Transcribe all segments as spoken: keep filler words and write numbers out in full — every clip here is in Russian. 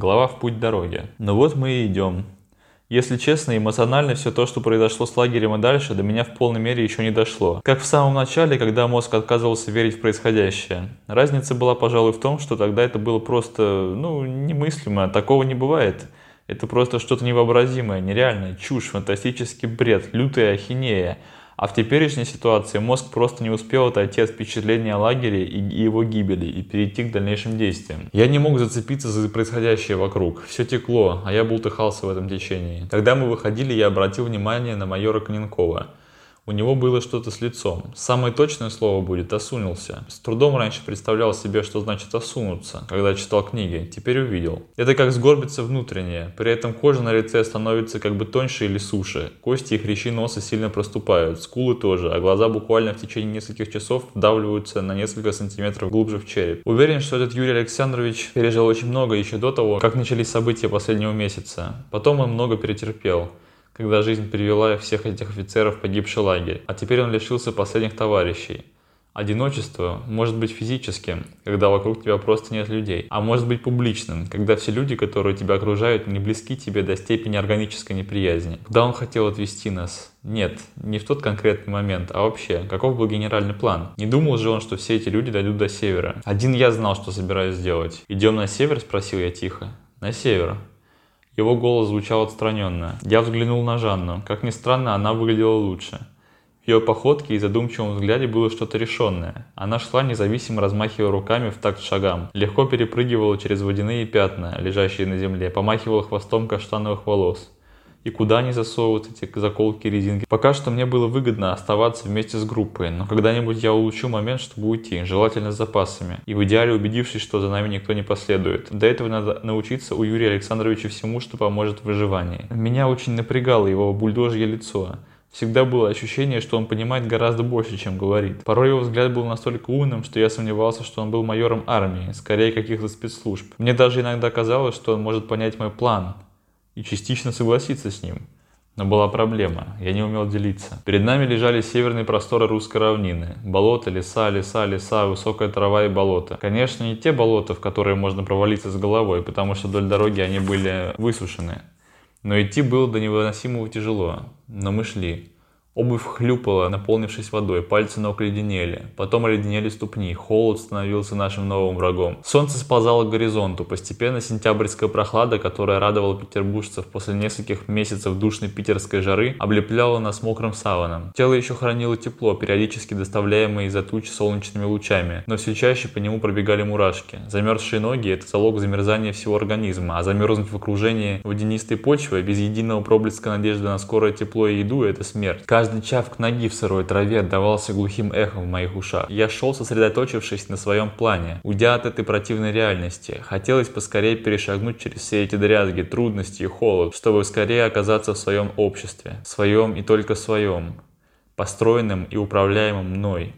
Глава в путь дороги. Ну вот мы и идем. Если честно, эмоционально все то, что произошло с лагерем и дальше, до меня в полной мере еще не дошло. Как в самом начале, когда мозг отказывался верить в происходящее. Разница была, пожалуй, в том, что тогда это было просто, ну, немыслимо, такого не бывает. Это просто что-то невообразимое, нереальное, чушь, фантастический бред, лютая ахинея. А в теперешней ситуации мозг просто не успел отойти от впечатления о лагере и его гибели и перейти к дальнейшим действиям. Я не мог зацепиться за происходящее вокруг. Все текло, а я бултыхался в этом течении. Когда мы выходили, я обратил внимание на майора Коненкова. У него было что-то с лицом. Самое точное слово будет «осунулся». С трудом раньше представлял себе, что значит «осунуться», когда читал книги. Теперь увидел. Это как сгорбиться внутреннее. При этом кожа на лице становится как бы тоньше или суше. Кости и хрящи носа сильно проступают. Скулы тоже, а глаза буквально в течение нескольких часов вдавливаются на несколько сантиметров глубже в череп. Уверен, что этот Юрий Александрович пережил очень много еще до того, как начались события последнего месяца. Потом он много перетерпел, когда жизнь привела всех этих офицеров в погибший лагерь. А теперь он лишился последних товарищей. Одиночество может быть физическим, когда вокруг тебя просто нет людей. А может быть публичным, когда все люди, которые тебя окружают, не близки тебе до степени органической неприязни. Куда он хотел отвести нас? Нет, не в тот конкретный момент, а вообще, каков был генеральный план? Не думал же он, что все эти люди дойдут до севера. Один я знал, что собираюсь сделать. «Идем на север?» – спросил я тихо. «На север». Его голос звучал отстраненно. Я взглянул на Жанну. Как ни странно, она выглядела лучше. В ее походке и задумчивом взгляде было что-то решенное. Она шла, независимо размахивая руками в такт шагам. Легко перепрыгивала через водяные пятна, лежащие на земле, помахивала хвостом каштановых волос. И куда они засовывают эти заколки резинки? Пока что мне было выгодно оставаться вместе с группой, но когда-нибудь я улучшу момент, чтобы уйти, желательно с запасами. И в идеале убедившись, что за нами никто не последует. До этого надо научиться у Юрия Александровича всему, что поможет в выживании. Меня очень напрягало его бульдожье лицо. Всегда было ощущение, что он понимает гораздо больше, чем говорит. Порой его взгляд был настолько умным, что я сомневался, что он был майором армии, скорее каких-то спецслужб. Мне даже иногда казалось, что он может понять мой план и частично согласиться с ним. Но была проблема, я не умел делиться. Перед нами лежали северные просторы русской равнины. Болота, леса, леса, леса, высокая трава и болота. Конечно, не те болота, в которые можно провалиться с головой, потому что вдоль дороги они были высушены. Но идти было до невыносимого тяжело. Но мы шли. Обувь хлюпала, наполнившись водой, пальцы ног леденели. Потом оледенели ступни, холод становился нашим новым врагом. Солнце сползало к горизонту, постепенно сентябрьская прохлада, которая радовала петербуржцев после нескольких месяцев душной питерской жары, облепляла нас мокрым саваном. Тело еще хранило тепло, периодически доставляемое из-за туч солнечными лучами, но все чаще по нему пробегали мурашки. Замерзшие ноги – это залог замерзания всего организма, а замерзнуть в окружении водянистой почвы без единого проблеска надежды на скорое тепло и еду – это смерть. Каждый чавк ноги в сырой траве отдавался глухим эхом в моих ушах. Я шел, сосредоточившись на своем плане, уйдя от этой противной реальности. Хотелось поскорее перешагнуть через все эти дрязги, трудности и холод, чтобы скорее оказаться в своем обществе. В своем и только своем. Построенном и управляемом мной.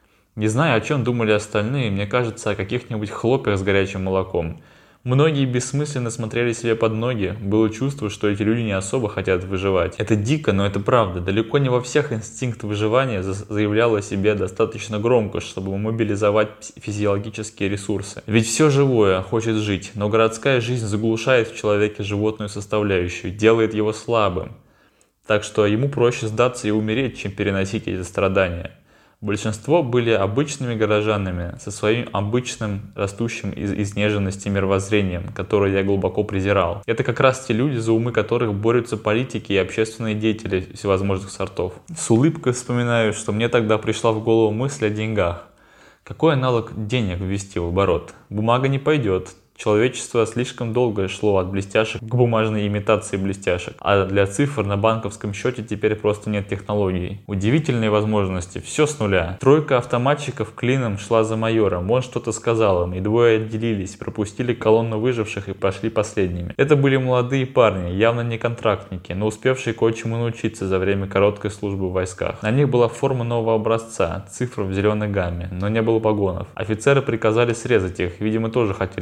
Не знаю, о чем думали остальные, мне кажется, о каких-нибудь хлопьях с горячим молоком. Многие бессмысленно смотрели себе под ноги, было чувство, что эти люди не особо хотят выживать. Это дико, но это правда. Далеко не во всех инстинкт выживания заявлял о себе достаточно громко, чтобы мобилизовать физиологические ресурсы. Ведь все живое хочет жить, но городская жизнь заглушает в человеке животную составляющую, делает его слабым. Так что ему проще сдаться и умереть, чем переносить эти страдания. Большинство были обычными горожанами, со своим обычным, растущим из изнеженности мировоззрением, которое я глубоко презирал. Это как раз те люди, за умы которых борются политики и общественные деятели всевозможных сортов. С улыбкой вспоминаю, что мне тогда пришла в голову мысль о деньгах. Какой аналог денег ввести в оборот? Бумага не пойдет. Человечество слишком долго шло от блестяшек к бумажной имитации блестяшек, а для цифр на банковском счете теперь просто нет технологий. Удивительные возможности, все с нуля. Тройка автоматчиков клином шла за майором, он что-то сказал им, и двое отделились, пропустили колонну выживших и пошли последними. Это были молодые парни, явно не контрактники, но успевшие кое-чему научиться за время короткой службы в войсках. На них была форма нового образца, цифры в зеленой гамме, но не было погонов. Офицеры приказали срезать их, видимо, тоже хотели строить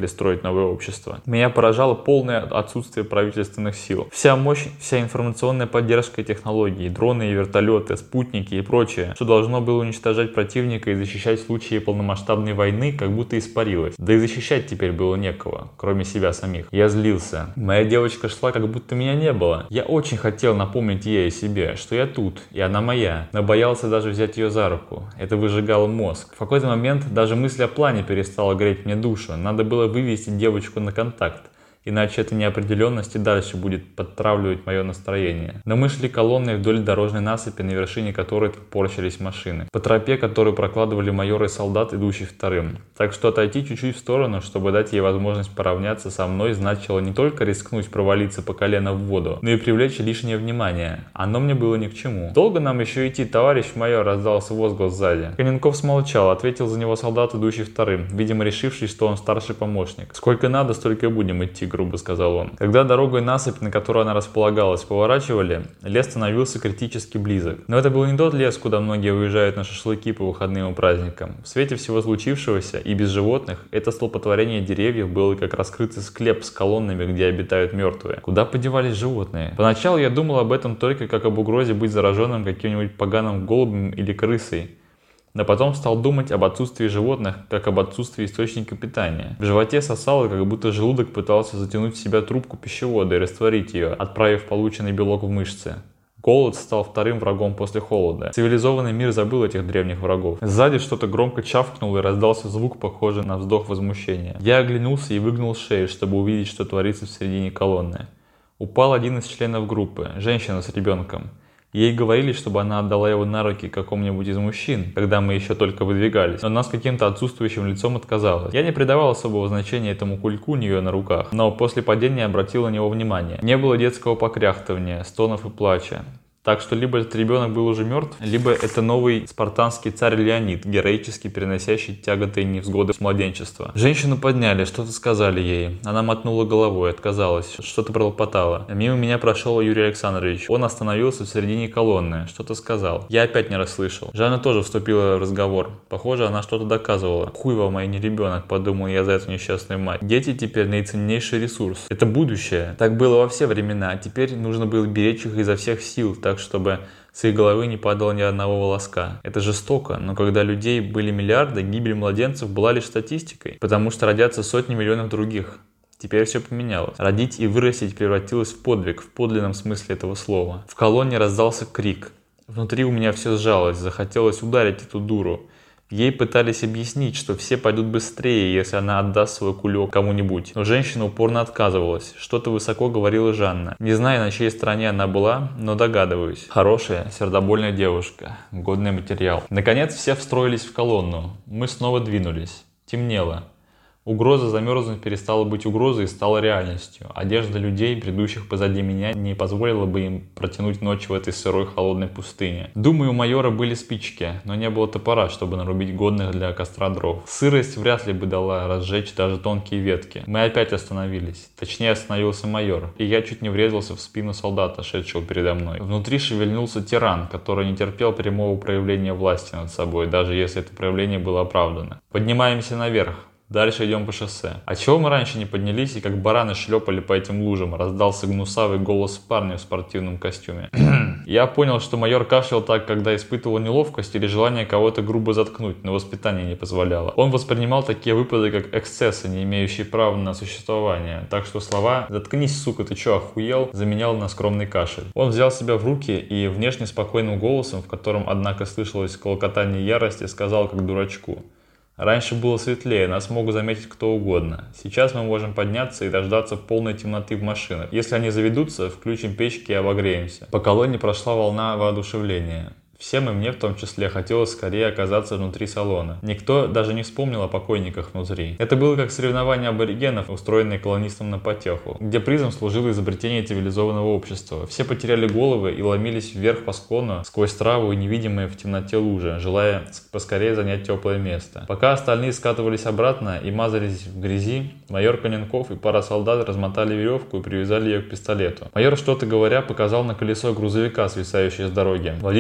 новое общество. Меня поражало полное отсутствие правительственных сил. Вся мощь, вся информационная поддержка и технологии, дроны и вертолеты, спутники и прочее, что должно было уничтожать противника и защищать в случае полномасштабной войны, как будто испарилось. Да и защищать теперь было некого, кроме себя самих. Я злился. Моя девочка шла, как будто меня не было. Я очень хотел напомнить ей о себе, что я тут, и она моя, но боялся даже взять ее за руку. Это выжигало мозг. В какой-то момент даже мысль о плане перестала греть мне душу. Надо было вывести девочку на контакт. Иначе эта неопределенность и дальше будет подтравливать мое настроение. Но мы шли колонной вдоль дорожной насыпи, на вершине которой порчились машины. По тропе, которую прокладывали майор и солдат, идущий вторым. Так что отойти чуть-чуть в сторону, чтобы дать ей возможность поравняться со мной, значило не только рискнуть провалиться по колено в воду, но и привлечь лишнее внимание. Оно мне было ни к чему. «Долго нам еще идти, товарищ майор?» — раздался возглас сзади. Коненков смолчал, ответил за него солдат, идущий вторым, видимо решивший, что он старший помощник. «Сколько надо, столько и будем идти», — грубо сказал он. Когда дорогу и насыпь, на которой она располагалась, поворачивали, лес становился критически близок. Но это был не тот лес, куда многие уезжают на шашлыки по выходным и праздникам. В свете всего случившегося и без животных, это столпотворение деревьев было как раскрытый склеп с колоннами, где обитают мертвые. Куда подевались животные? Поначалу я думал об этом только как об угрозе быть зараженным каким-нибудь поганым голубем или крысой. Но потом стал думать об отсутствии животных, как об отсутствии источника питания. В животе сосало, как будто желудок пытался затянуть в себя трубку пищевода и растворить ее, отправив полученный белок в мышцы. Голод стал вторым врагом после холода. Цивилизованный мир забыл этих древних врагов. Сзади что-то громко чавкнуло и раздался звук, похожий на вздох возмущения. Я оглянулся и выгнул шею, чтобы увидеть, что творится в середине колонны. Упал один из членов группы, женщина с ребенком. Ей говорили, чтобы она отдала его на руки какому-нибудь из мужчин, когда мы еще только выдвигались, но она с каким-то отсутствующим лицом отказалась. Я не придавал особого значения этому кульку у нее на руках, но после падения обратил на него внимание. Не было детского покряхтывания, стонов и плача. Так что либо этот ребенок был уже мертв, либо это новый спартанский царь Леонид, героически переносящий тяготы и невзгоды с младенчества. Женщину подняли, что-то сказали ей. Она мотнула головой, отказалась, что-то пролопотала. Мимо меня прошел Юрий Александрович. Он остановился в середине колонны, что-то сказал. Я опять не расслышал. Жанна тоже вступила в разговор. Похоже, она что-то доказывала. Хуй вам, а не ребенок, подумал я за эту несчастную мать. Дети теперь наиценнейший ресурс. Это будущее. Так было во все времена, а теперь нужно было беречь их изо всех сил, так чтобы с их головы не падало ни одного волоска. Это жестоко, но когда людей были миллиарды, гибель младенцев была лишь статистикой, потому что родятся сотни миллионов других. Теперь все поменялось. Родить и вырастить превратилось в подвиг, в подлинном смысле этого слова. В колонне раздался крик. Внутри у меня все сжалось, захотелось ударить эту дуру. Ей пытались объяснить, что все пойдут быстрее, если она отдаст свой кулек кому-нибудь. Но женщина упорно отказывалась. Что-то высоко говорила Жанна. Не знаю, на чьей стороне она была, но догадываюсь. Хорошая, сердобольная девушка. Годный материал. Наконец все встроились в колонну. Мы снова двинулись. Темнело. Угроза замерзнуть перестала быть угрозой и стала реальностью. Одежда людей, бредущих позади меня, не позволила бы им протянуть ночь в этой сырой холодной пустыне. Думаю, у майора были спички, но не было топора, чтобы нарубить годных для костра дров. Сырость вряд ли бы дала разжечь даже тонкие ветки. Мы опять остановились. Точнее, остановился майор, и я чуть не врезался в спину солдата, шедшего передо мной. Внутри шевельнулся тиран, который не терпел прямого проявления власти над собой, даже если это проявление было оправдано. Поднимаемся наверх. Дальше идем по шоссе. А чего мы раньше не поднялись и как бараны шлепали по этим лужам? Раздался гнусавый голос парня в спортивном костюме. Я понял, что майор кашлял так, когда испытывал неловкость или желание кого-то грубо заткнуть, но воспитание не позволяло. Он воспринимал такие выпады как эксцессы, не имеющие права на существование. Так что слова «заткнись, сука, ты чё, охуел?» заменял на скромный кашель. Он взял себя в руки и внешне спокойным голосом, в котором, однако, слышалось клокотание ярости, сказал как дурачку: «Раньше было светлее, нас мог заметить кто угодно. Сейчас мы можем подняться и дождаться полной темноты в машинах. Если они заведутся, включим печки и обогреемся». По колонне прошла волна воодушевления. Всем, и мне в том числе, хотелось скорее оказаться внутри салона. Никто даже не вспомнил о покойниках внутри. Это было как соревнование аборигенов, устроенное колонистом на потеху, где призом служило изобретение цивилизованного общества. Все потеряли головы и ломились вверх по склону, сквозь траву и невидимые в темноте лужи, желая поскорее занять теплое место. Пока остальные скатывались обратно и мазались в грязи, майор Коненков и пара солдат размотали веревку и привязали ее к пистолету. Майор, что-то говоря, показал на колесо грузовика, свисающее с дороги. Водитель, видимо,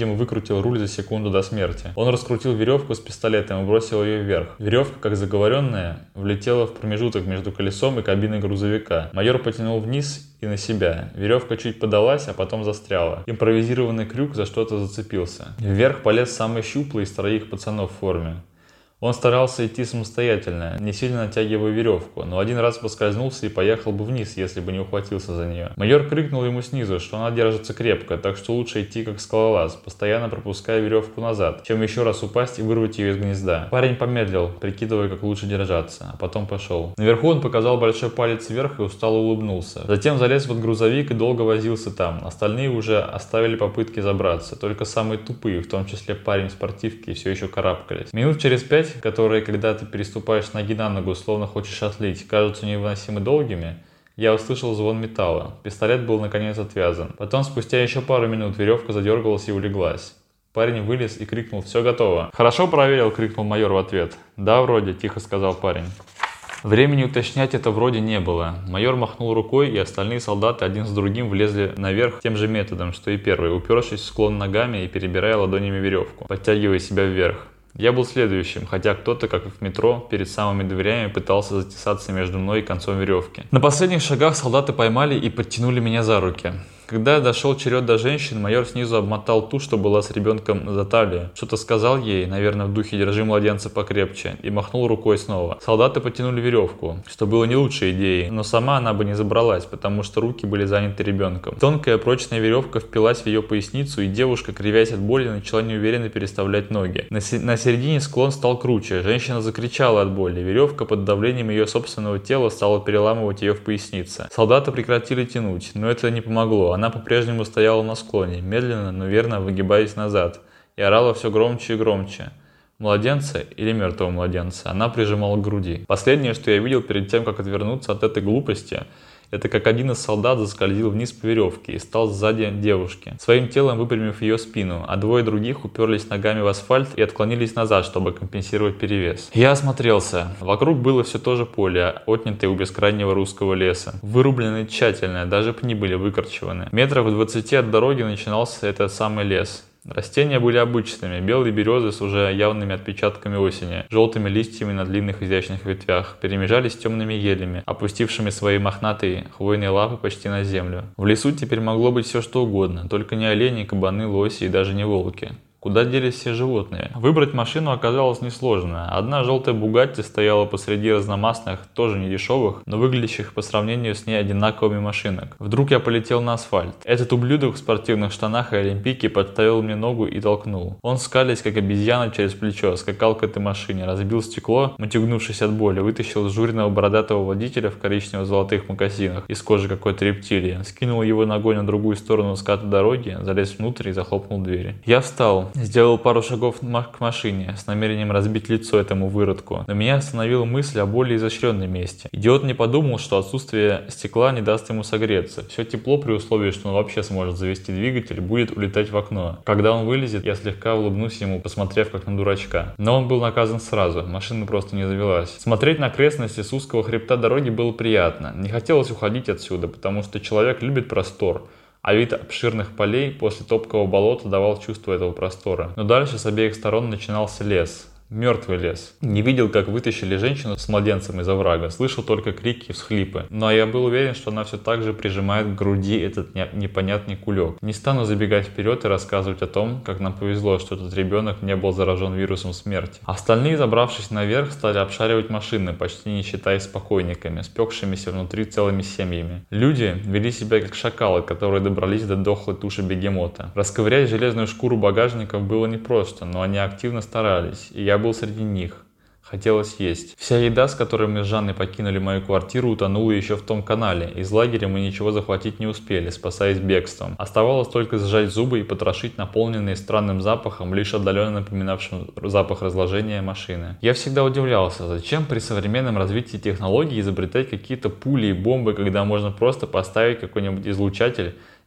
усилием выкрутил руль за секунду до смерти. Он раскрутил веревку с пистолетом и бросил ее вверх. Веревка, как заговоренная, влетела в промежуток между колесом и кабиной грузовика. Майор потянул вниз и на себя. Веревка чуть подалась, а потом застряла. Импровизированный крюк за что-то зацепился. Вверх полез самый щуплый из троих пацанов в форме. Он старался идти самостоятельно, не сильно натягивая веревку, но один раз поскользнулся и поехал бы вниз, если бы не ухватился за нее. Майор крикнул ему снизу, что она держится крепко, так что лучше идти как скалолаз, постоянно пропуская веревку назад, чем еще раз упасть и вырвать ее из гнезда. Парень помедлил, прикидывая, как лучше держаться, а потом пошел. Наверху он показал большой палец вверх и устало улыбнулся. Затем залез под грузовик и долго возился там. Остальные уже оставили попытки забраться, только самые тупые, в том числе парень в спортивке, все еще карабкались. Минут через пять, которые, когда ты переступаешь с ноги на ногу, словно хочешь отлить, кажутся невыносимо долгими, я услышал звон металла. Пистолет был наконец отвязан. Потом, спустя еще пару минут, веревка задергалась и улеглась. Парень вылез и крикнул: «Все готово». «Хорошо проверил», — крикнул майор в ответ. «Да, вроде», — тихо сказал парень. Времени уточнять это вроде не было. Майор махнул рукой, и остальные солдаты один с другим влезли наверх тем же методом, что и первый, упершись в склон ногами и перебирая ладонями веревку, подтягивая себя вверх. Я был следующим, хотя кто-то, как и в метро, перед самыми дверями пытался затесаться между мной и концом веревки. На последних шагах солдаты поймали и подтянули меня за руки. Когда дошел черед до женщин, майор снизу обмотал ту, что была с ребенком за талию. Что-то сказал ей, наверное, в духе «держи младенца покрепче», и махнул рукой снова. Солдаты потянули веревку, что было не лучшей идеей, но сама она бы не забралась, потому что руки были заняты ребенком. Тонкая прочная веревка впилась в ее поясницу, и девушка, кривясь от боли, начала неуверенно переставлять ноги. На, се- на середине склон стал круче, женщина закричала от боли, веревка под давлением ее собственного тела стала переламывать ее в пояснице. Солдаты прекратили тянуть, но это не помогло. Она по-прежнему стояла на склоне, медленно, но верно выгибаясь назад, и орала все громче и громче. Младенца или мертвого младенца она прижимала к груди. Последнее, что я видел перед тем, как отвернуться от этой глупости, это как один из солдат заскользил вниз по веревке и стал сзади девушки, своим телом выпрямив ее спину, а двое других уперлись ногами в асфальт и отклонились назад, чтобы компенсировать перевес. Я осмотрелся. Вокруг было все то же поле, отнятое у бескрайнего русского леса. Вырубленное тщательно, даже пни были выкорчеваны. Метров в двадцати от дороги начинался этот самый лес. Растения были обычными, белые березы с уже явными отпечатками осени, желтыми листьями на длинных изящных ветвях, перемежались с темными елями, опустившими свои мохнатые хвойные лапы почти на землю. В лесу теперь могло быть все что угодно, только не олени, кабаны, лоси и даже не волки. Куда делись все животные? Выбрать машину оказалось несложно. Одна желтая Бугатти стояла посреди разномастных, тоже не дешевых, но выглядящих по сравнению с ней одинаковыми машинок. Вдруг я полетел на асфальт. Этот ублюдок в спортивных штанах и олимпийке подставил мне ногу и толкнул. Он, скалясь как обезьяна через плечо, скакал к этой машине, разбил стекло, матюгнувшись от боли, вытащил жирного бородатого водителя в коричнево-золотых мокасинах из кожи какой-то рептилии, скинул его ногой на другую сторону ската дороги, залез внутрь и захлопнул двери. Я встал. Сделал пару шагов к машине с намерением разбить лицо этому выродку, но меня остановила мысль о более изощренном месте. Идиот не подумал, что отсутствие стекла не даст ему согреться. Все тепло, при условии, что он вообще сможет завести двигатель, будет улетать в окно. Когда он вылезет, я слегка улыбнусь ему, посмотрев как на дурачка. Но он был наказан сразу, машина просто не завелась. Смотреть на окрестности с узкого хребта дороги было приятно. Не хотелось уходить отсюда, потому что человек любит простор. А вид обширных полей после топкого болота давал чувство этого простора. Но дальше с обеих сторон начинался лес. Мертвый лес. Не видел, как вытащили женщину с младенцем из оврага, слышал только крики и всхлипы. Но я был уверен, что она все так же прижимает к груди этот не- непонятный кулек. Не стану забегать вперед и рассказывать о том, как нам повезло, что этот ребенок не был заражен вирусом смерти. Остальные, забравшись наверх, стали обшаривать машины, почти не считаясь спокойниками, спекшимися внутри целыми семьями. Люди вели себя как шакалы, которые добрались до дохлой туши бегемота. Расковырять железную шкуру багажников было непросто, но они активно старались, и я был среди них. Хотелось есть. Вся еда, с которой мы с Жанной покинули мою квартиру, утонула еще в том канале. Из лагеря мы ничего захватить не успели, спасаясь бегством. Оставалось только сжать зубы и потрошить наполненные странным запахом, лишь отдаленно напоминавшим запах разложения машины. Я всегда удивлялся, зачем при современном развитии технологий изобретать какие-то пули и бомбы, когда можно просто поставить какой-нибудь излучатель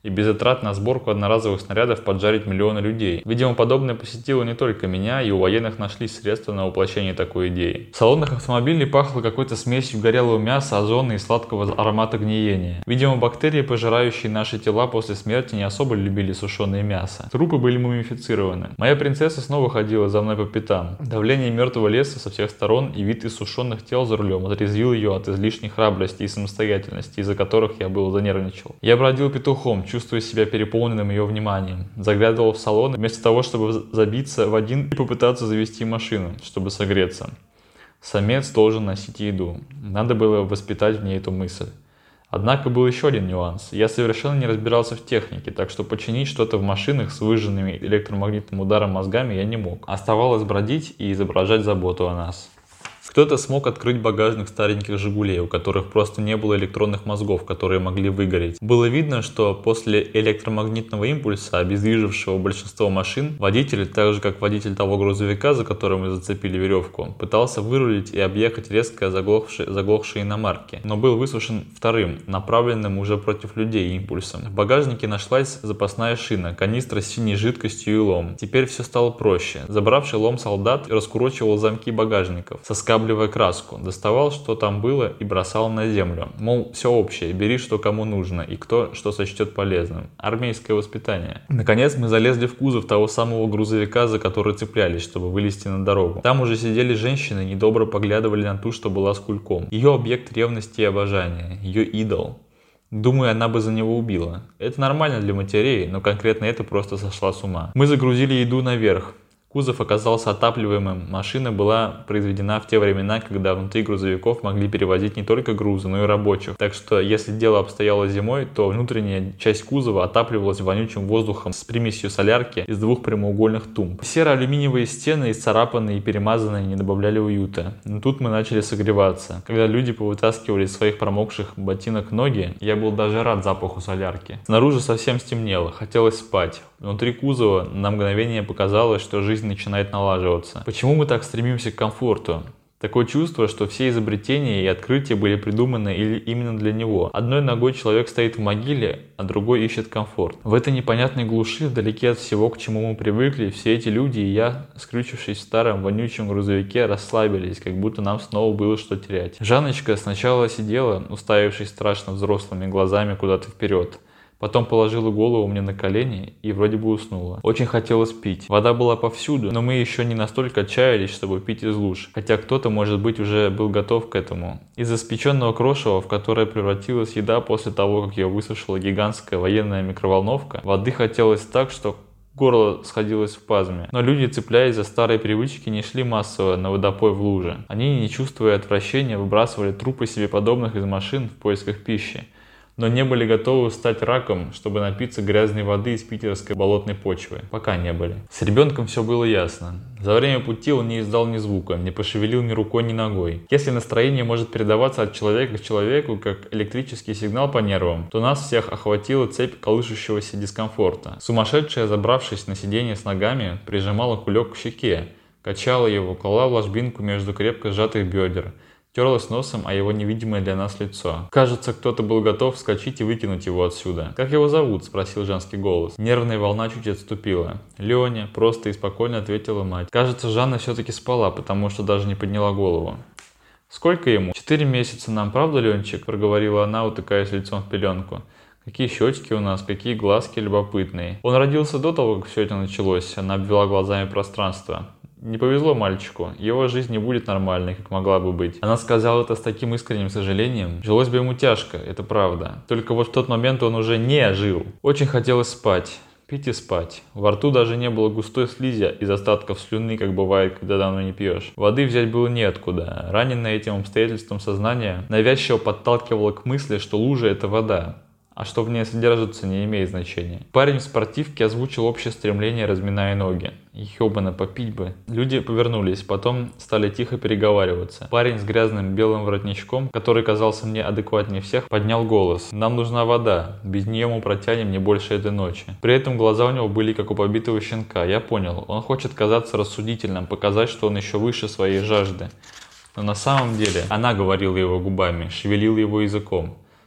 и без затрат на сборку одноразовых снарядов поджарить миллионы людей. Видимо, подобное посетило не только меня, и у военных нашлись средства на воплощение такой идеи. В салонах автомобилей пахло какой-то смесью горелого мяса, озона и сладкого аромата гниения. Видимо, бактерии, пожирающие наши тела после смерти, не особо любили сушеное мясо. Трупы были мумифицированы. Моя принцесса снова ходила за мной по пятам. Давление мертвого леса со всех сторон и вид иссушенных тел за рулем отрезвил ее от излишней храбрости и самостоятельности, из-за которых я был занервничал. Я бродил петухом, чувствуя себя переполненным ее вниманием. Заглядывал в салон, вместо того, чтобы забиться в один и попытаться завести машину, чтобы согреться. Самец должен носить еду. Надо было воспитать в ней эту мысль. Однако был еще один нюанс. Я совершенно не разбирался в технике, так что починить что-то в машинах с выжженными электромагнитным ударом мозгами я не мог. Оставалось бродить и изображать заботу о нас. Кто-то смог открыть багажник стареньких «Жигулей», у которых просто не было электронных мозгов, которые могли выгореть. Было видно, что после электромагнитного импульса, обездвижившего большинство машин, водитель, так же как водитель того грузовика, за которым мы зацепили веревку, пытался вырулить и объехать резко заглохшие, заглохшие иномарки, но был высушен вторым, направленным уже против людей импульсом. В багажнике нашлась запасная шина, канистра с синей жидкостью и лом. Теперь все стало проще. Забравший лом солдат раскурочивал замки багажников, соскабливая краску, доставал, что там было, и бросал на землю. Мол, все общее, бери, что кому нужно, и кто что сочтет полезным. Армейское воспитание. Наконец мы залезли в кузов того самого грузовика, за который цеплялись, чтобы вылезти на дорогу. Там уже сидели женщины, недобро поглядывали на ту, что была с кульком. Ее объект ревности и обожания, ее идол. Думаю, она бы за него убила. Это нормально для матерей, но конкретно это просто сошла с ума. Мы загрузили еду наверх. Кузов оказался отапливаемым, машина была произведена в те времена, когда внутри грузовиков могли перевозить не только грузы, но и рабочих. Так что, если дело обстояло зимой, то внутренняя часть кузова отапливалась вонючим воздухом с примесью солярки из двух прямоугольных тумб. Серо-алюминиевые стены, исцарапанные и перемазанные, не добавляли уюта. Но тут мы начали согреваться. Когда люди повытаскивали из своих промокших ботинок ноги, я был даже рад запаху солярки. Снаружи совсем стемнело, хотелось спать. Внутри кузова на мгновение показалось, что жизнь начинает налаживаться. Почему мы так стремимся к комфорту? Такое чувство, что все изобретения и открытия были придуманы именно для него. Одной ногой человек стоит в могиле, а другой ищет комфорт. В этой непонятной глуши, вдалеке от всего, к чему мы привыкли, все эти люди и я, скрючившись в старом вонючем грузовике, расслабились, как будто нам снова было что терять. Жанночка сначала сидела, уставившись страшно взрослыми глазами куда-то вперед. Потом положила голову мне на колени и вроде бы уснула. Очень хотелось пить. Вода была повсюду, но мы еще не настолько отчаялись, чтобы пить из луж. Хотя кто-то, может быть, уже был готов к этому. Из испеченного крошева, в которое превратилась еда после того, как ее высушила гигантская военная микроволновка, воды хотелось так, что горло сходилось в спазме. Но люди, цепляясь за старые привычки, не шли массово на водопой в луже. Они, не чувствуя отвращения, выбрасывали трупы себе подобных из машин в поисках пищи, но не были готовы стать раком, чтобы напиться грязной воды из питерской болотной почвы. Пока не были. С ребенком все было ясно. За время пути он не издал ни звука, не пошевелил ни рукой, ни ногой. Если настроение может передаваться от человека к человеку, как электрический сигнал по нервам, то нас всех охватила цепь колышущегося дискомфорта. Сумасшедшая, забравшись на сиденье с ногами, прижимала кулек к щеке, качала его, клала в ложбинку между крепко сжатых бедер, терлась носом о его невидимое для нас лицо. Кажется, кто-то был готов вскочить и выкинуть его отсюда. «Как его зовут?» – спросил женский голос. Нервная волна чуть отступила. «Леня», – просто и спокойно ответила мать. Кажется, Жанна все-таки спала, потому что даже не подняла голову. «Сколько ему?» «Четыре месяца нам, правда, Ленчик?» – проговорила она, утыкаясь лицом в пеленку. «Какие щечки у нас, какие глазки любопытные». «Он родился до того, как все это началось», – она обвела глазами пространство. Не повезло мальчику, его жизнь не будет нормальной, как могла бы быть. Она сказала это с таким искренним сожалением. Жилось бы ему тяжко, это правда. Только вот в тот момент он уже не жил. Очень хотелось спать. Пить и спать. Во рту даже не было густой слизи из остатков слюны, как бывает, когда давно не пьешь. Воды взять было неоткуда. Раненное этим обстоятельством сознание навязчиво подталкивало к мысли, что лужа – это вода. А что в ней содержится, не имеет значения. Парень в спортивке озвучил общее стремление, разминая ноги. Ёбано, попить бы. Люди повернулись, потом стали тихо переговариваться. Парень с грязным белым воротничком, который казался мне адекватнее всех, поднял голос. «Нам нужна вода. Без нее мы протянем не больше этой ночи». При этом глаза у него были как у побитого щенка. Я понял, он хочет казаться рассудительным, показать, что он еще выше своей жажды. Но на самом деле она говорила его губами, шевелила его языком.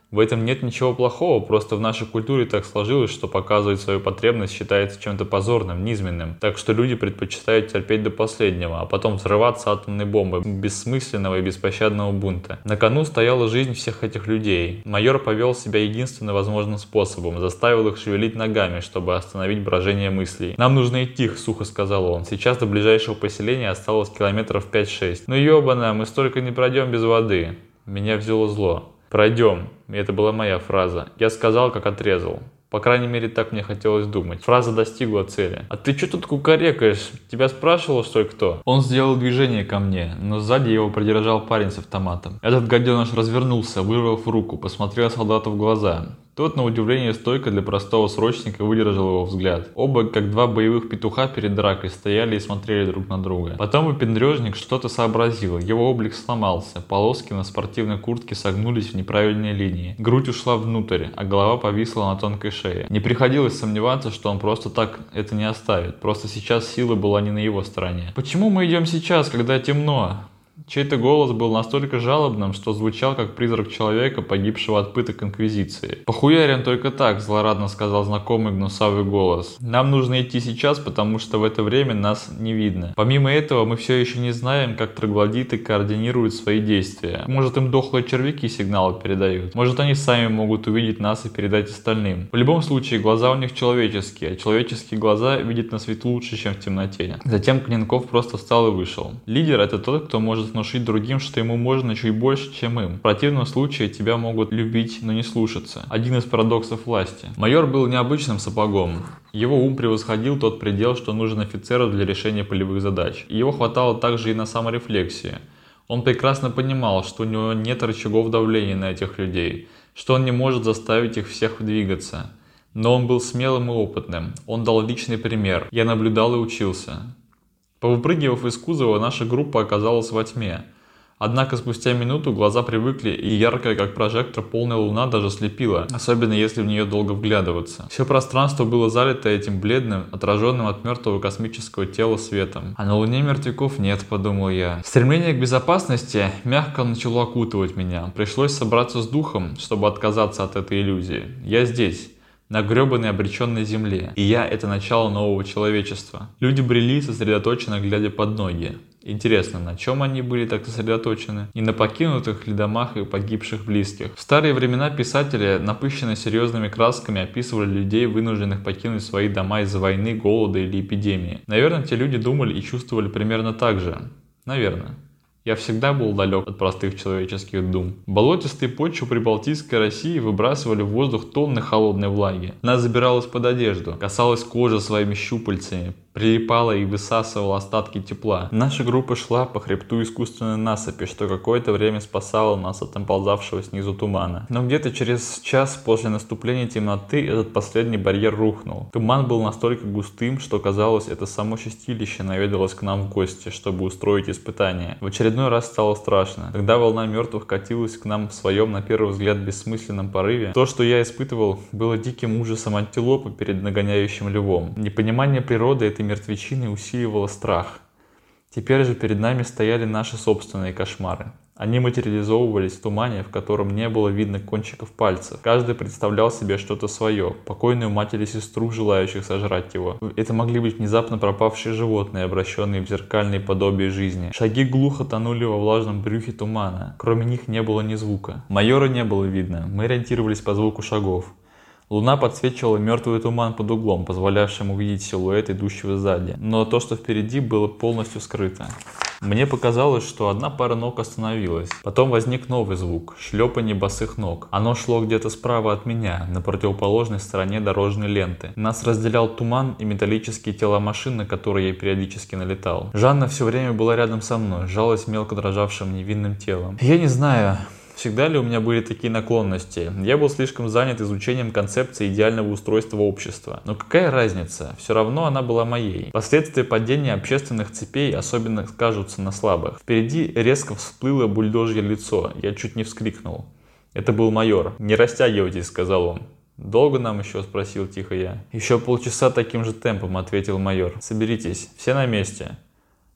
В этом нет ничего плохого, просто в нашей культуре так сложилось, что показывать свою потребность считается чем-то позорным, низменным. Так что люди предпочитают терпеть до последнего, а потом взрываться атомной бомбой бессмысленного и беспощадного бунта. На кону стояла жизнь всех этих людей. Майор повел себя единственно возможным способом, заставил их шевелить ногами, чтобы остановить брожение мыслей. «Нам нужно идти», — сухо сказал он. «Сейчас до ближайшего поселения осталось километров пять-шесть. Ну ёбана, мы столько не пройдем без воды». Меня взяло зло. «Пройдем». И это была моя фраза. Я сказал, как отрезал. По крайней мере, так мне хотелось думать. Фраза достигла цели. «А ты что тут кукарекаешь? Тебя спрашивал, что и кто?» Он сделал движение ко мне, но сзади его придержал парень с автоматом. Этот гаденыш развернулся, вырвав руку, посмотрел солдату в глаза. Тот, на удивление стойко для простого срочника, выдержал его взгляд. Оба, как два боевых петуха перед дракой, стояли и смотрели друг на друга. Потом выпендрежник что-то сообразил. Его облик сломался. Полоски на спортивной куртке согнулись в неправильные линии. Грудь ушла внутрь, а голова повисла на тонкой шее. Не приходилось сомневаться, что он просто так это не оставит. Просто сейчас сила была не на его стороне. «Почему мы идем сейчас, когда темно?» Чей-то голос был настолько жалобным, что звучал как призрак человека, погибшего от пыток Инквизиции. «Похуярим только так», — злорадно сказал знакомый гнусавый голос. «Нам нужно идти сейчас, потому что в это время нас не видно. Помимо этого, мы все еще не знаем, как троглодиты координируют свои действия. Может, им дохлые червяки сигналы передают. Может, они сами могут увидеть нас и передать остальным. В любом случае, глаза у них человеческие, а человеческие глаза видят на свет лучше, чем в темноте». Затем Клинков просто встал и вышел. Лидер — это тот, кто может внушить другим, что ему можно чуть больше, чем им. В противном случае тебя могут любить, но не слушаться. Один из парадоксов власти. Майор был необычным сапогом. Его ум превосходил тот предел, что нужен офицеру для решения полевых задач. И его хватало также и на саморефлексию. Он прекрасно понимал, что у него нет рычагов давления на этих людей, что он не может заставить их всех двигаться. Но он был смелым и опытным. Он дал личный пример. Я наблюдал и учился. Повыпрыгивав из кузова, наша группа оказалась во тьме. Однако спустя минуту глаза привыкли, и яркая, как прожектор, полная луна даже слепила, особенно если в нее долго вглядываться. Все пространство было залито этим бледным, отраженным от мертвого космического тела светом. А на Луне мертвяков нет, подумал я. Стремление к безопасности мягко начало окутывать меня. Пришлось собраться с духом, чтобы отказаться от этой иллюзии. Я здесь. На гребаной обреченной земле. И я — это начало нового человечества. Люди брели, сосредоточенно глядя под ноги. Интересно, на чем они были так сосредоточены? Не на покинутых ли домах и погибших близких. В старые времена писатели, напыщенные серьезными красками, описывали людей, вынужденных покинуть свои дома из-за войны, голода или эпидемии. Наверное, те люди думали и чувствовали примерно так же. Наверное. Я всегда был далек от простых человеческих дум. Болотистые почвы Прибалтийской России выбрасывали в воздух тонны холодной влаги. Она забиралась под одежду, касалась кожи своими щупальцами, прилипала и высасывала остатки тепла. Наша группа шла по хребту искусственной насыпи, что какое-то время спасало нас от наползавшего снизу тумана. Но где-то через час после наступления темноты этот последний барьер рухнул. Туман был настолько густым, что казалось, это само чистилище наведалось к нам в гости, чтобы устроить испытание. В очередной раз стало страшно. Когда волна мертвых катилась к нам в своем, на первый взгляд, бессмысленном порыве, то, что я испытывал, было диким ужасом антилопы перед нагоняющим львом. Непонимание природы этой мертвечины усиливало страх. Теперь же перед нами стояли наши собственные кошмары. Они материализовывались в тумане, в котором не было видно кончиков пальцев. Каждый представлял себе что-то свое, покойную мать или сестру, желающих сожрать его. Это могли быть внезапно пропавшие животные, обращенные в зеркальные подобия жизни. Шаги глухо тонули во влажном брюхе тумана. Кроме них не было ни звука. Майора не было видно. Мы ориентировались по звуку шагов. Луна подсвечивала мертвый туман под углом, позволявшим увидеть силуэт идущего сзади. Но то, что впереди, было полностью скрыто. Мне показалось, что одна пара ног остановилась. Потом возник новый звук – шлепанье босых ног. Оно шло где-то справа от меня, на противоположной стороне дорожной ленты. Нас разделял туман и металлические тела машин, на которые я периодически налетал. Жанна все время была рядом со мной, сжалась мелко дрожавшим невинным телом. Я не знаю... Всегда ли у меня были такие наклонности? Я был слишком занят изучением концепции идеального устройства общества. Но какая разница? Все равно она была моей. Последствия падения общественных цепей особенно скажутся на слабых. Впереди резко всплыло бульдожье лицо. Я чуть не вскрикнул. Это был майор. «Не растягивайтесь», — сказал он. «Долго нам еще?» — спросил тихо я. «Еще полчаса таким же темпом», — ответил майор. «Соберитесь, все на месте».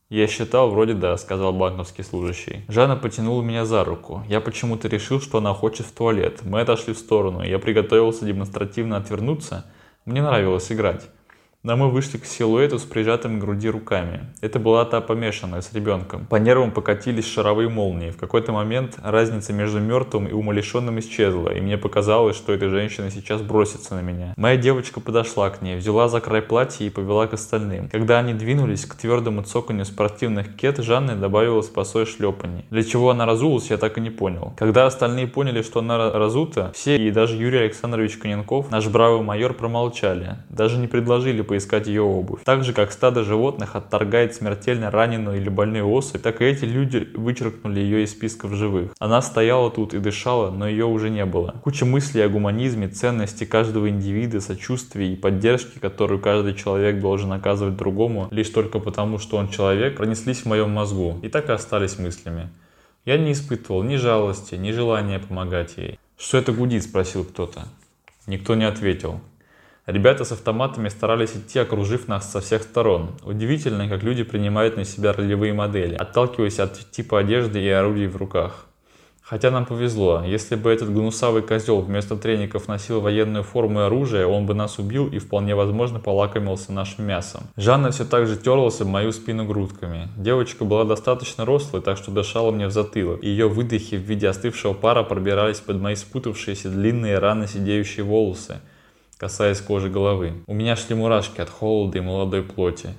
«Я считал, вроде да», — сказал банковский служащий. Жанна потянула меня за руку. Я почему-то решил, что она хочет в туалет. Мы отошли в сторону. Я приготовился демонстративно отвернуться. Мне нравилось играть. Но мы вышли к силуэту с прижатыми к груди руками. Это была та помешанная с ребенком. По нервам покатились шаровые молнии. В какой-то момент разница между мертвым и умалишенным исчезла, и мне показалось, что эта женщина сейчас бросится на меня. Моя девочка подошла к ней, взяла за край платья и повела к остальным. Когда они двинулись к твердому цоканью спортивных кет, Жанна добавила с посой шлепаний. Для чего она разулась, я так и не понял. Когда остальные поняли, что она разута, все, и даже Юрий Александрович Коненков, наш бравый майор, промолчали. Даже не предложили поискать ее обувь. Так же, как стадо животных отторгает смертельно раненую или больную особь, так и эти люди вычеркнули ее из списков живых. Она стояла тут и дышала, но ее уже не было. Куча мыслей о гуманизме, ценности каждого индивида, сочувствии и поддержки, которую каждый человек должен оказывать другому, лишь только потому, что он человек, пронеслись в моем мозгу и так и остались мыслями. Я не испытывал ни жалости, ни желания помогать ей. «Что это гудит?» — спросил кто-то. Никто не ответил. Ребята с автоматами старались идти, окружив нас со всех сторон. Удивительно, как люди принимают на себя ролевые модели, отталкиваясь от типа одежды и орудий в руках. Хотя нам повезло. Если бы этот гнусавый козел вместо треников носил военную форму и оружие, он бы нас убил и вполне возможно полакомился нашим мясом. Жанна все так же терлась об мою спину грудками. Девочка была достаточно рослой, так что дышала мне в затылок. Ее выдохи в виде остывшего пара пробирались под мои спутавшиеся длинные рано сидеющие волосы, касаясь кожи головы. У меня шли мурашки от холода и молодой плоти.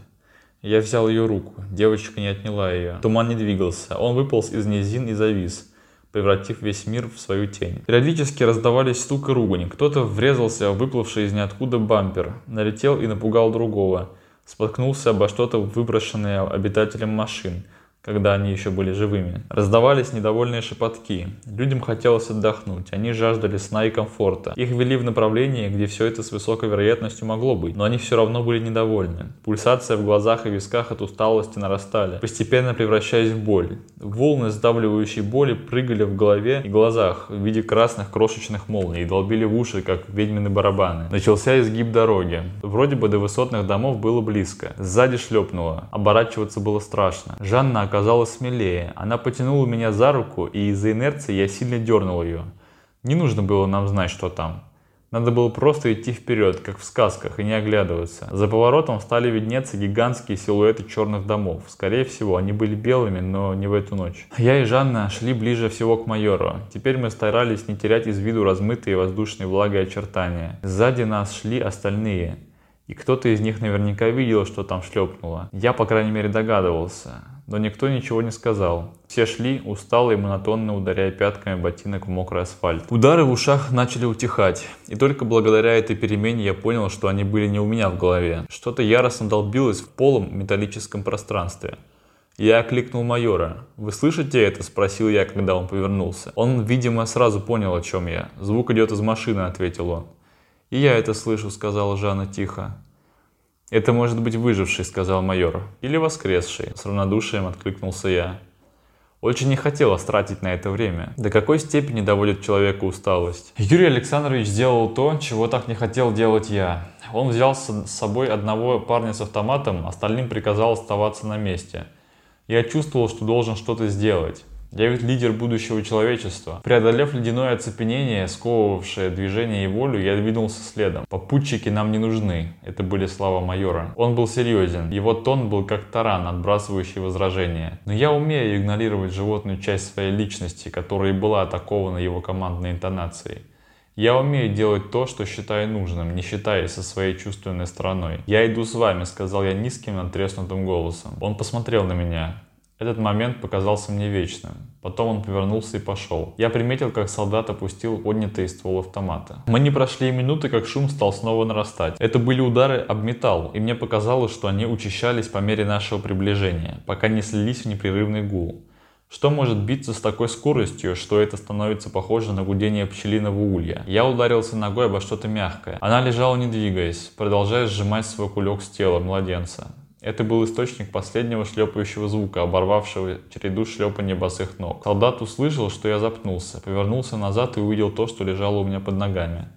Я взял ее руку. Девочка не отняла ее. Туман не двигался. Он выполз из низин и завис, превратив весь мир в свою тень. Периодически раздавались стук и ругань. Кто-то врезался в выплывший из ниоткуда бампер, налетел и напугал другого. Споткнулся обо что-то, выброшенное обитателем машин, когда они еще были живыми. Раздавались недовольные шепотки. Людям хотелось отдохнуть, они жаждали сна и комфорта. Их вели в направлении, где все это с высокой вероятностью могло быть, но они все равно были недовольны. Пульсация в глазах и висках от усталости нарастали, постепенно превращаясь в боль. Волны сдавливающей боли прыгали в голове и глазах в виде красных крошечных молний и долбили в уши, как ведьмины барабаны. Начался изгиб дороги. Вроде бы до высотных домов было близко. Сзади шлепнуло. Оборачиваться было страшно. Жанна оказалась смелее. Она потянула меня за руку, и из-за инерции я сильно дернул ее. Не нужно было нам знать, что там. Надо было просто идти вперед, как в сказках, и не оглядываться. За поворотом стали виднеться гигантские силуэты черных домов. Скорее всего, они были белыми, но не в эту ночь. Я и Жанна шли ближе всего к майору. Теперь мы старались не терять из виду размытые воздушной влагой очертания. Сзади нас шли остальные. И кто-то из них наверняка видел, что там шлепнуло. Я, по крайней мере, догадывался. Но никто ничего не сказал. Все шли, устало и монотонно ударяя пятками ботинок в мокрый асфальт. Удары в ушах начали утихать. И только благодаря этой перемене я понял, что они были не у меня в голове. Что-то яростно долбилось в полом металлическом пространстве. Я окликнул майора. «Вы слышите это?» – спросил я, когда он повернулся. Он, видимо, сразу понял, о чем я. «Звук идет из машины», – ответил он. «И я это слышу», – сказала Жанна тихо. «Это может быть выживший», — сказал майор. «Или воскресший», — с равнодушием откликнулся я. Очень не хотелось тратить на это время. До какой степени доводит человека усталость? Юрий Александрович сделал то, чего так не хотел делать я. Он взял с собой одного парня с автоматом, остальным приказал оставаться на месте. Я чувствовал, что должен что-то сделать. Я ведь лидер будущего человечества. Преодолев ледяное оцепенение, сковывавшее движение и волю, я двинулся следом. «Попутчики нам не нужны», — это были слова майора. Он был серьезен. Его тон был как таран, отбрасывающий возражения. Но я умею игнорировать животную часть своей личности, которая и была атакована его командной интонацией. Я умею делать то, что считаю нужным, не считаясь со своей чувственной стороной. «Я иду с вами», — сказал я низким, надтреснутым голосом. Он посмотрел на меня. Этот момент показался мне вечным. Потом он повернулся и пошел. Я приметил, как солдат опустил поднятый ствол автомата. Мы не прошли и минуты, как шум стал снова нарастать. Это были удары об металл, и мне показалось, что они учащались по мере нашего приближения, пока не слились в непрерывный гул. Что может биться с такой скоростью, что это становится похоже на гудение пчелиного улья? Я ударился ногой обо что-то мягкое. Она лежала не двигаясь, продолжая сжимать свой кулек с тела младенца. Это был источник последнего шлепающего звука, оборвавшего череду шлепания босых ног. Солдат услышал, что я запнулся, повернулся назад и увидел то, что лежало у меня под ногами.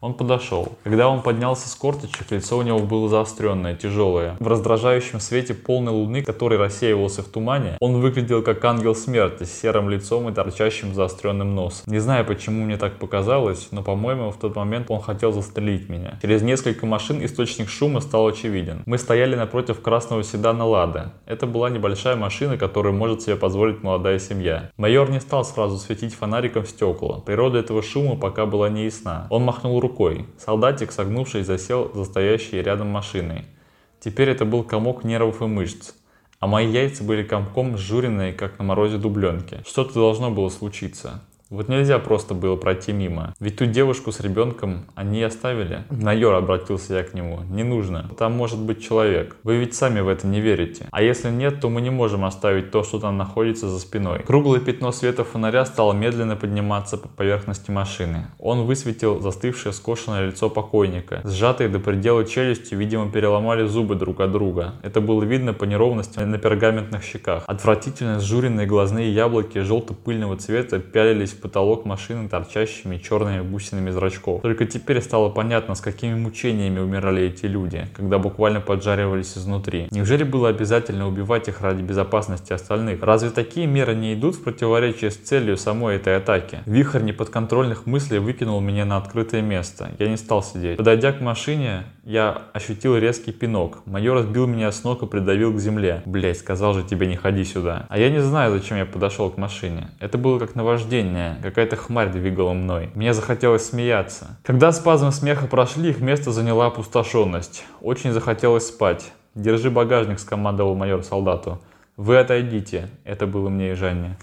Он подошел. Когда он поднялся с корточек, лицо у него было заостренное, тяжелое. В раздражающем свете полной луны, который рассеивался в тумане, он выглядел как ангел смерти с серым лицом и торчащим заостренным носом. Не знаю, почему мне так показалось, но, по-моему, в тот момент он хотел застрелить меня. Через несколько машин источник шума стал очевиден. Мы стояли напротив красного седана «Лада». Это была небольшая машина, которую может себе позволить молодая семья. Майор не стал сразу светить фонариком в стекла. Природа этого шума пока была не ясна. Он махнул рукой. Солдатик, согнувшись, засел за стоящей рядом машиной. Теперь это был комок нервов и мышц, а мои яйца были комком сжуренные, как на морозе дубленки. Что-то должно было случиться. Вот нельзя просто было пройти мимо. Ведь ту девушку с ребенком они оставили. Майор, обратился я к нему, не нужно. Там может быть человек. Вы ведь сами в это не верите. А если нет, то мы не можем оставить то, что там находится за спиной. Круглое пятно света фонаря стало медленно подниматься по поверхности машины. Он высветил застывшее скошенное лицо покойника. Сжатые до предела челюстью, видимо, переломали зубы друг от друга. Это было видно по неровности на пергаментных щеках. Отвратительно сжуренные глазные яблоки желто-пыльного цвета пялились в потолок машины торчащими черными бусинами зрачков. Только теперь стало понятно, с какими мучениями умирали эти люди, когда буквально поджаривались изнутри. Неужели было обязательно убивать их ради безопасности остальных? Разве такие меры не идут в противоречие с целью самой этой атаки? Вихрь неподконтрольных мыслей выкинул меня на открытое место. Я не стал сидеть. Подойдя к машине, я ощутил резкий пинок. Майор сбил меня с ног и придавил к земле. Блять, сказал же тебе не ходи сюда. А я не знаю, зачем я подошел к машине. Это было как наваждение. Какая-то хмарь двигала мной. Мне захотелось смеяться. Когда спазмы смеха прошли, их место заняла опустошенность. Очень захотелось спать. «Держи багажник», — скомандовал майор солдату. «Вы отойдите». Это было мне и Жанне.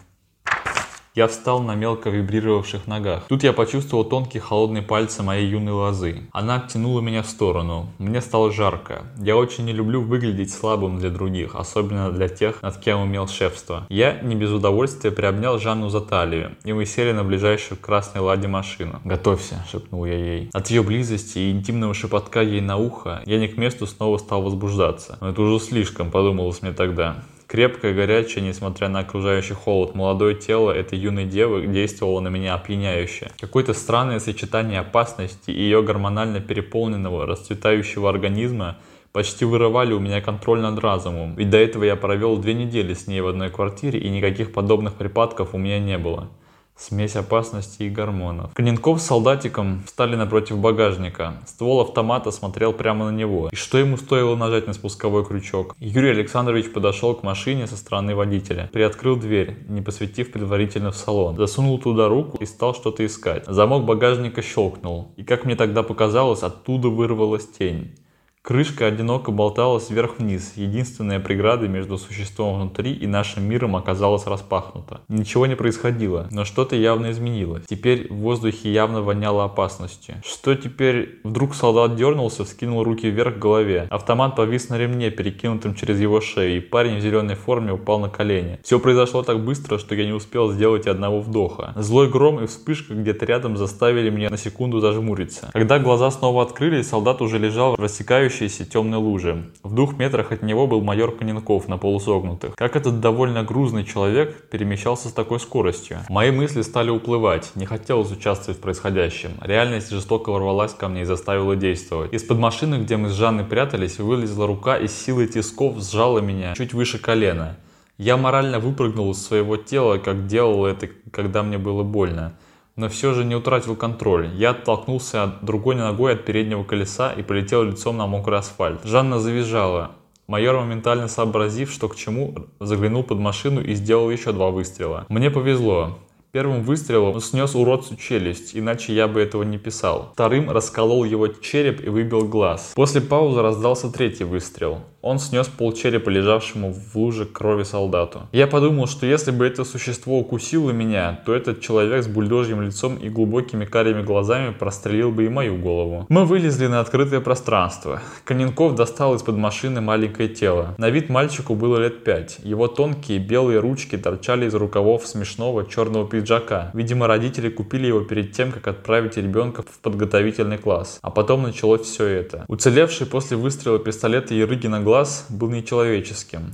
Я встал на мелко вибрировавших ногах. Тут я почувствовал тонкие холодные пальцы моей юной лозы. Она оттянула меня в сторону. Мне стало жарко. Я очень не люблю выглядеть слабым для других, особенно для тех, над кем имел шефство. Я не без удовольствия приобнял Жанну за талию, и мы сели на ближайшую к красной «Ладе» машину. «Готовься», — шепнул я ей. От ее близости и интимного шепотка ей на ухо я не к месту снова стал возбуждаться. Но это уже слишком, подумалось мне тогда. Крепкое, горячее, несмотря на окружающий холод, молодое тело этой юной девы действовало на меня опьяняюще. Какое-то странное сочетание опасности и ее гормонально переполненного, расцветающего организма почти вырывали у меня контроль над разумом. Ведь до этого я провел две недели с ней в одной квартире, и никаких подобных припадков у меня не было. Смесь опасности и гормонов. Коненков с солдатиком встали напротив багажника. Ствол автомата смотрел прямо на него. И что ему стоило нажать на спусковой крючок? Юрий Александрович подошел к машине со стороны водителя. Приоткрыл дверь, не посветив предварительно в салон. Засунул туда руку и стал что-то искать. Замок багажника щелкнул. И как мне тогда показалось, оттуда вырвалась тень. Крышка одиноко болталась вверх-вниз. Единственная преграда между существом внутри и нашим миром оказалась распахнута. Ничего не происходило, но что-то явно изменилось. Теперь в воздухе явно воняло опасностью. Что теперь? Вдруг солдат дернулся, вскинул руки вверх к голове. Автомат повис на ремне, перекинутым через его шею, и парень в зеленой форме упал на колени. Все произошло так быстро, что я не успел сделать и одного вдоха. Злой гром и вспышка где-то рядом заставили меня на секунду зажмуриться. Когда глаза снова открылись, солдат уже лежал в рассекающей темной луже. В двух метрах от него был майор Коненков на полусогнутых. Как этот довольно грузный человек перемещался с такой скоростью? Мои мысли стали уплывать. Не хотелось участвовать в происходящем. Реальность жестоко ворвалась ко мне и заставила действовать. Из-под машины, где мы с Жанной прятались, вылезла рука и с силой тисков сжала меня чуть выше колена. Я морально выпрыгнул из своего тела, как делал это, когда мне было больно. Но все же не утратил контроль. Я оттолкнулся другой ногой от переднего колеса и полетел лицом на мокрый асфальт. Жанна завизжала. Майор, моментально сообразив, что к чему, заглянул под машину и сделал еще два выстрела. Мне повезло. Первым выстрелом он снес уродцу челюсть, иначе я бы этого не писал. Вторым расколол его череп и выбил глаз. После паузы раздался третий выстрел. Он снес полчерепа лежавшему в луже крови солдату. Я подумал, что если бы это существо укусило меня, то этот человек с бульдожьим лицом и глубокими карими глазами прострелил бы и мою голову. Мы вылезли на открытое пространство. Коненков достал из-под машины маленькое тело. На вид мальчику было лет пять. Его тонкие белые ручки торчали из рукавов смешного черного пиджака. Видимо, родители купили его перед тем, как отправить ребенка в подготовительный класс. А потом началось все это. Уцелевший после выстрела пистолета Ярыгина глаз был нечеловеческим.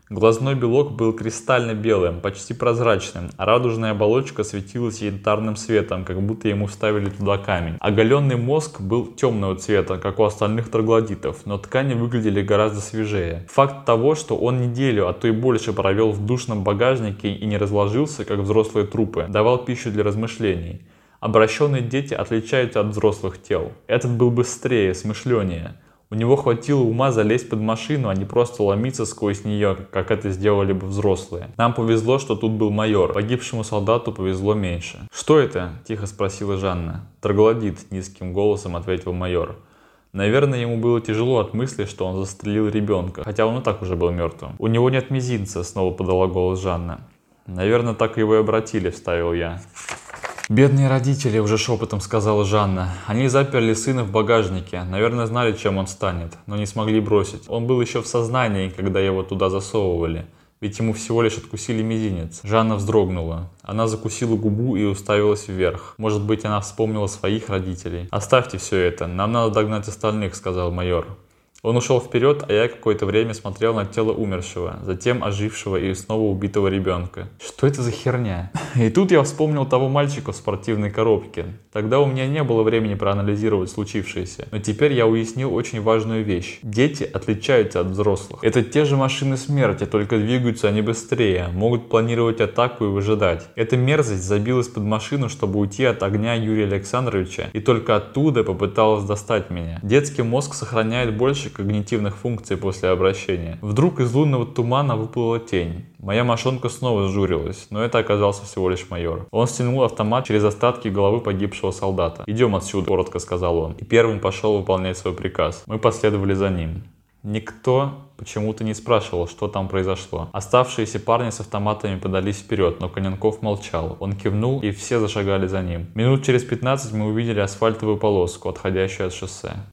Глазной белок был кристально белым, почти прозрачным, а радужная оболочка светилась янтарным светом, как будто ему вставили туда камень. Оголенный мозг был темного цвета, как у остальных троглодитов, но ткани выглядели гораздо свежее. Факт того, что он неделю, а то и больше провел в душном багажнике и не разложился, как взрослые трупы, давал пищу для размышлений. Обращенные дети отличаются от взрослых тел. Этот был быстрее, смышленнее. У него хватило ума залезть под машину, а не просто ломиться сквозь нее, как это сделали бы взрослые. Нам повезло, что тут был майор. Погибшему солдату повезло меньше. «Что это?» – тихо спросила Жанна. «Троглодит», – низким голосом ответил майор. Наверное, ему было тяжело от мысли, что он застрелил ребенка, хотя он и так уже был мертвым. «У него нет мизинца», – снова подала голос Жанна. «Наверное, так его и обратили», – вставил я. «Бедные родители», — уже шепотом сказала Жанна. «Они заперли сына в багажнике. Наверное, знали, чем он станет, но не смогли бросить. Он был еще в сознании, когда его туда засовывали. Ведь ему всего лишь откусили мизинец». Жанна вздрогнула. Она закусила губу и уставилась вверх. Может быть, она вспомнила своих родителей. «Оставьте все это. Нам надо догнать остальных», — сказал майор. Он ушел вперед, а я какое-то время смотрел на тело умершего, затем ожившего и снова убитого ребенка. Что это за херня? И тут я вспомнил того мальчика в спортивной коробке. Тогда у меня не было времени проанализировать случившееся. Но теперь я уяснил очень важную вещь. Дети отличаются от взрослых. Это те же машины смерти, только двигаются они быстрее, могут планировать атаку и выжидать. Эта мерзость забилась под машину, чтобы уйти от огня Юрия Александровича, и только оттуда попыталась достать меня. Детский мозг сохраняет больше когнитивных функций после обращения. Вдруг из лунного тумана выплыла тень. Моя мошонка снова сжурилась, но это оказался всего лишь майор. Он стянул автомат через остатки головы погибшего солдата. «Идем отсюда», — коротко сказал он, и первым пошел выполнять свой приказ. Мы последовали за ним. Никто почему-то не спрашивал, что там произошло. Оставшиеся парни с автоматами подались вперед, но Коненков молчал. Он кивнул, и все зашагали за ним. Минут через пятнадцать мы увидели асфальтовую полоску, отходящую от шоссе.